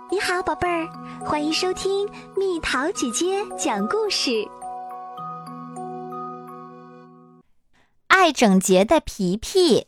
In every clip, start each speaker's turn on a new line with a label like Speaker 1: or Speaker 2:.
Speaker 1: 你好，宝贝儿，欢迎收听蜜桃姐姐讲故事。
Speaker 2: 爱整洁的皮皮。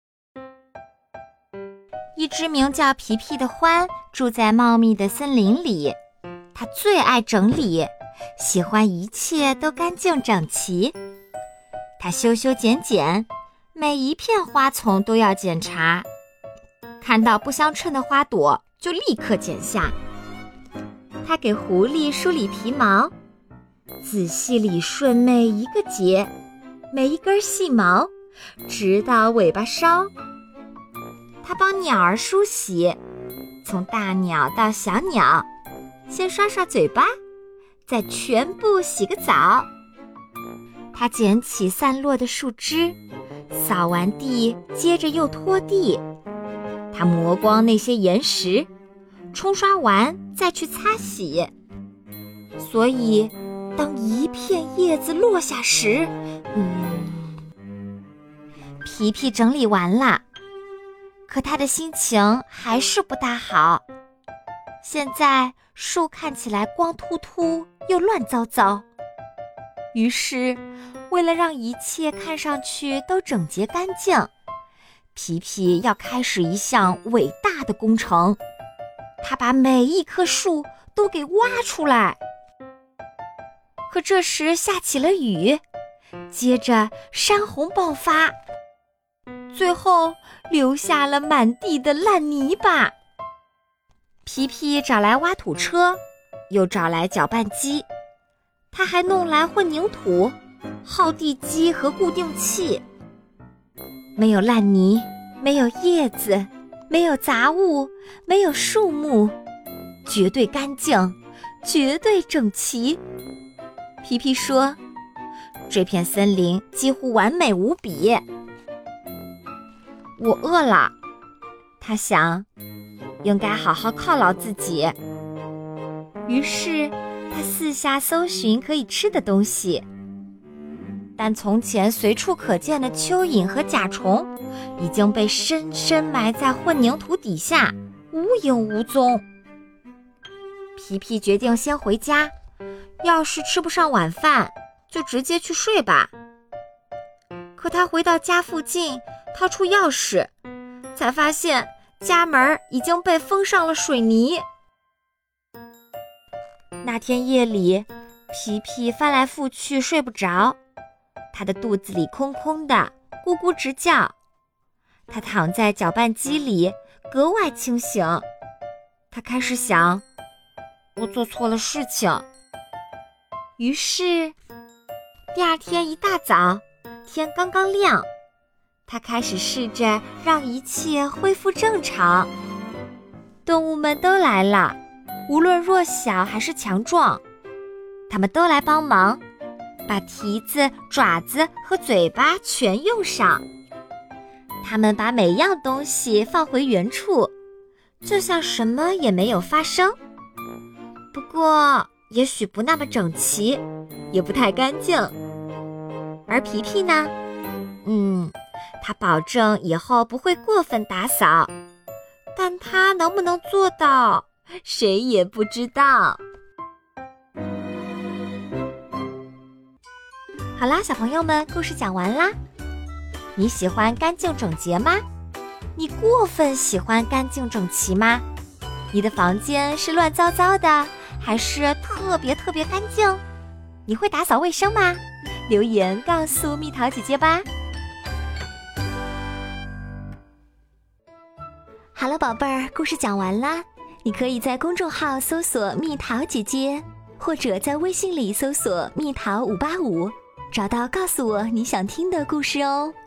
Speaker 2: 一只名叫皮皮的獾住在茂密的森林里，它最爱整理，喜欢一切都干净整齐。它修修剪剪，每一片花丛都要检查，看到不相称的花朵就立刻剪下。他给狐狸梳理皮毛，仔细理顺每一个结，每一根细毛，直到尾巴梢。他帮鸟儿梳洗，从大鸟到小鸟，先刷刷嘴巴，再全部洗个澡。他捡起散落的树枝，扫完地，接着又拖地。他磨光那些岩石，冲刷完再去擦洗。所以当一片叶子落下时，皮皮整理完了，可他的心情还是不大好。现在树看起来光秃秃又乱糟糟，于是为了让一切看上去都整洁干净，皮皮要开始一项伟大的工程。他把每一棵树都给挖出来。可这时下起了雨，接着山洪爆发，最后留下了满地的烂泥巴。皮皮找来挖土车，又找来搅拌机，他还弄来混凝土、耗地机和固定器。没有烂泥，没有叶子，没有杂物，没有树木，绝对干净，绝对整齐。皮皮说，这片森林几乎完美无比。我饿了，他想，应该好好犒劳自己。于是他四下搜寻可以吃的东西，但从前随处可见的蚯蚓和甲虫已经被深深埋在混凝土底下，无影无踪。皮皮决定先回家，要是吃不上晚饭，就直接去睡吧。可他回到家附近，掏出钥匙，才发现家门已经被封上了水泥。那天夜里，皮皮翻来覆去睡不着，他的肚子里空空的，咕咕直叫。他躺在搅拌机里，格外清醒。他开始想，我做错了事情。于是第二天一大早，天刚刚亮，他开始试着让一切恢复正常。动物们都来了，无论弱小还是强壮，他们都来帮忙，把蹄子、爪子和嘴巴全用上。他们把每样东西放回原处，就像什么也没有发生。不过也许不那么整齐，也不太干净。而皮皮呢？他保证以后不会过分打扫，但他能不能做到，谁也不知道。好啦，小朋友们，故事讲完啦。你喜欢干净整洁吗？你过分喜欢干净整齐吗？你的房间是乱糟糟的，还是特别特别干净？你会打扫卫生吗？留言告诉蜜桃姐姐吧。
Speaker 1: 好了，宝贝儿，故事讲完啦。你可以在公众号搜索蜜桃姐姐，或者在微信里搜索蜜桃585，找到告诉我你想听的故事哦。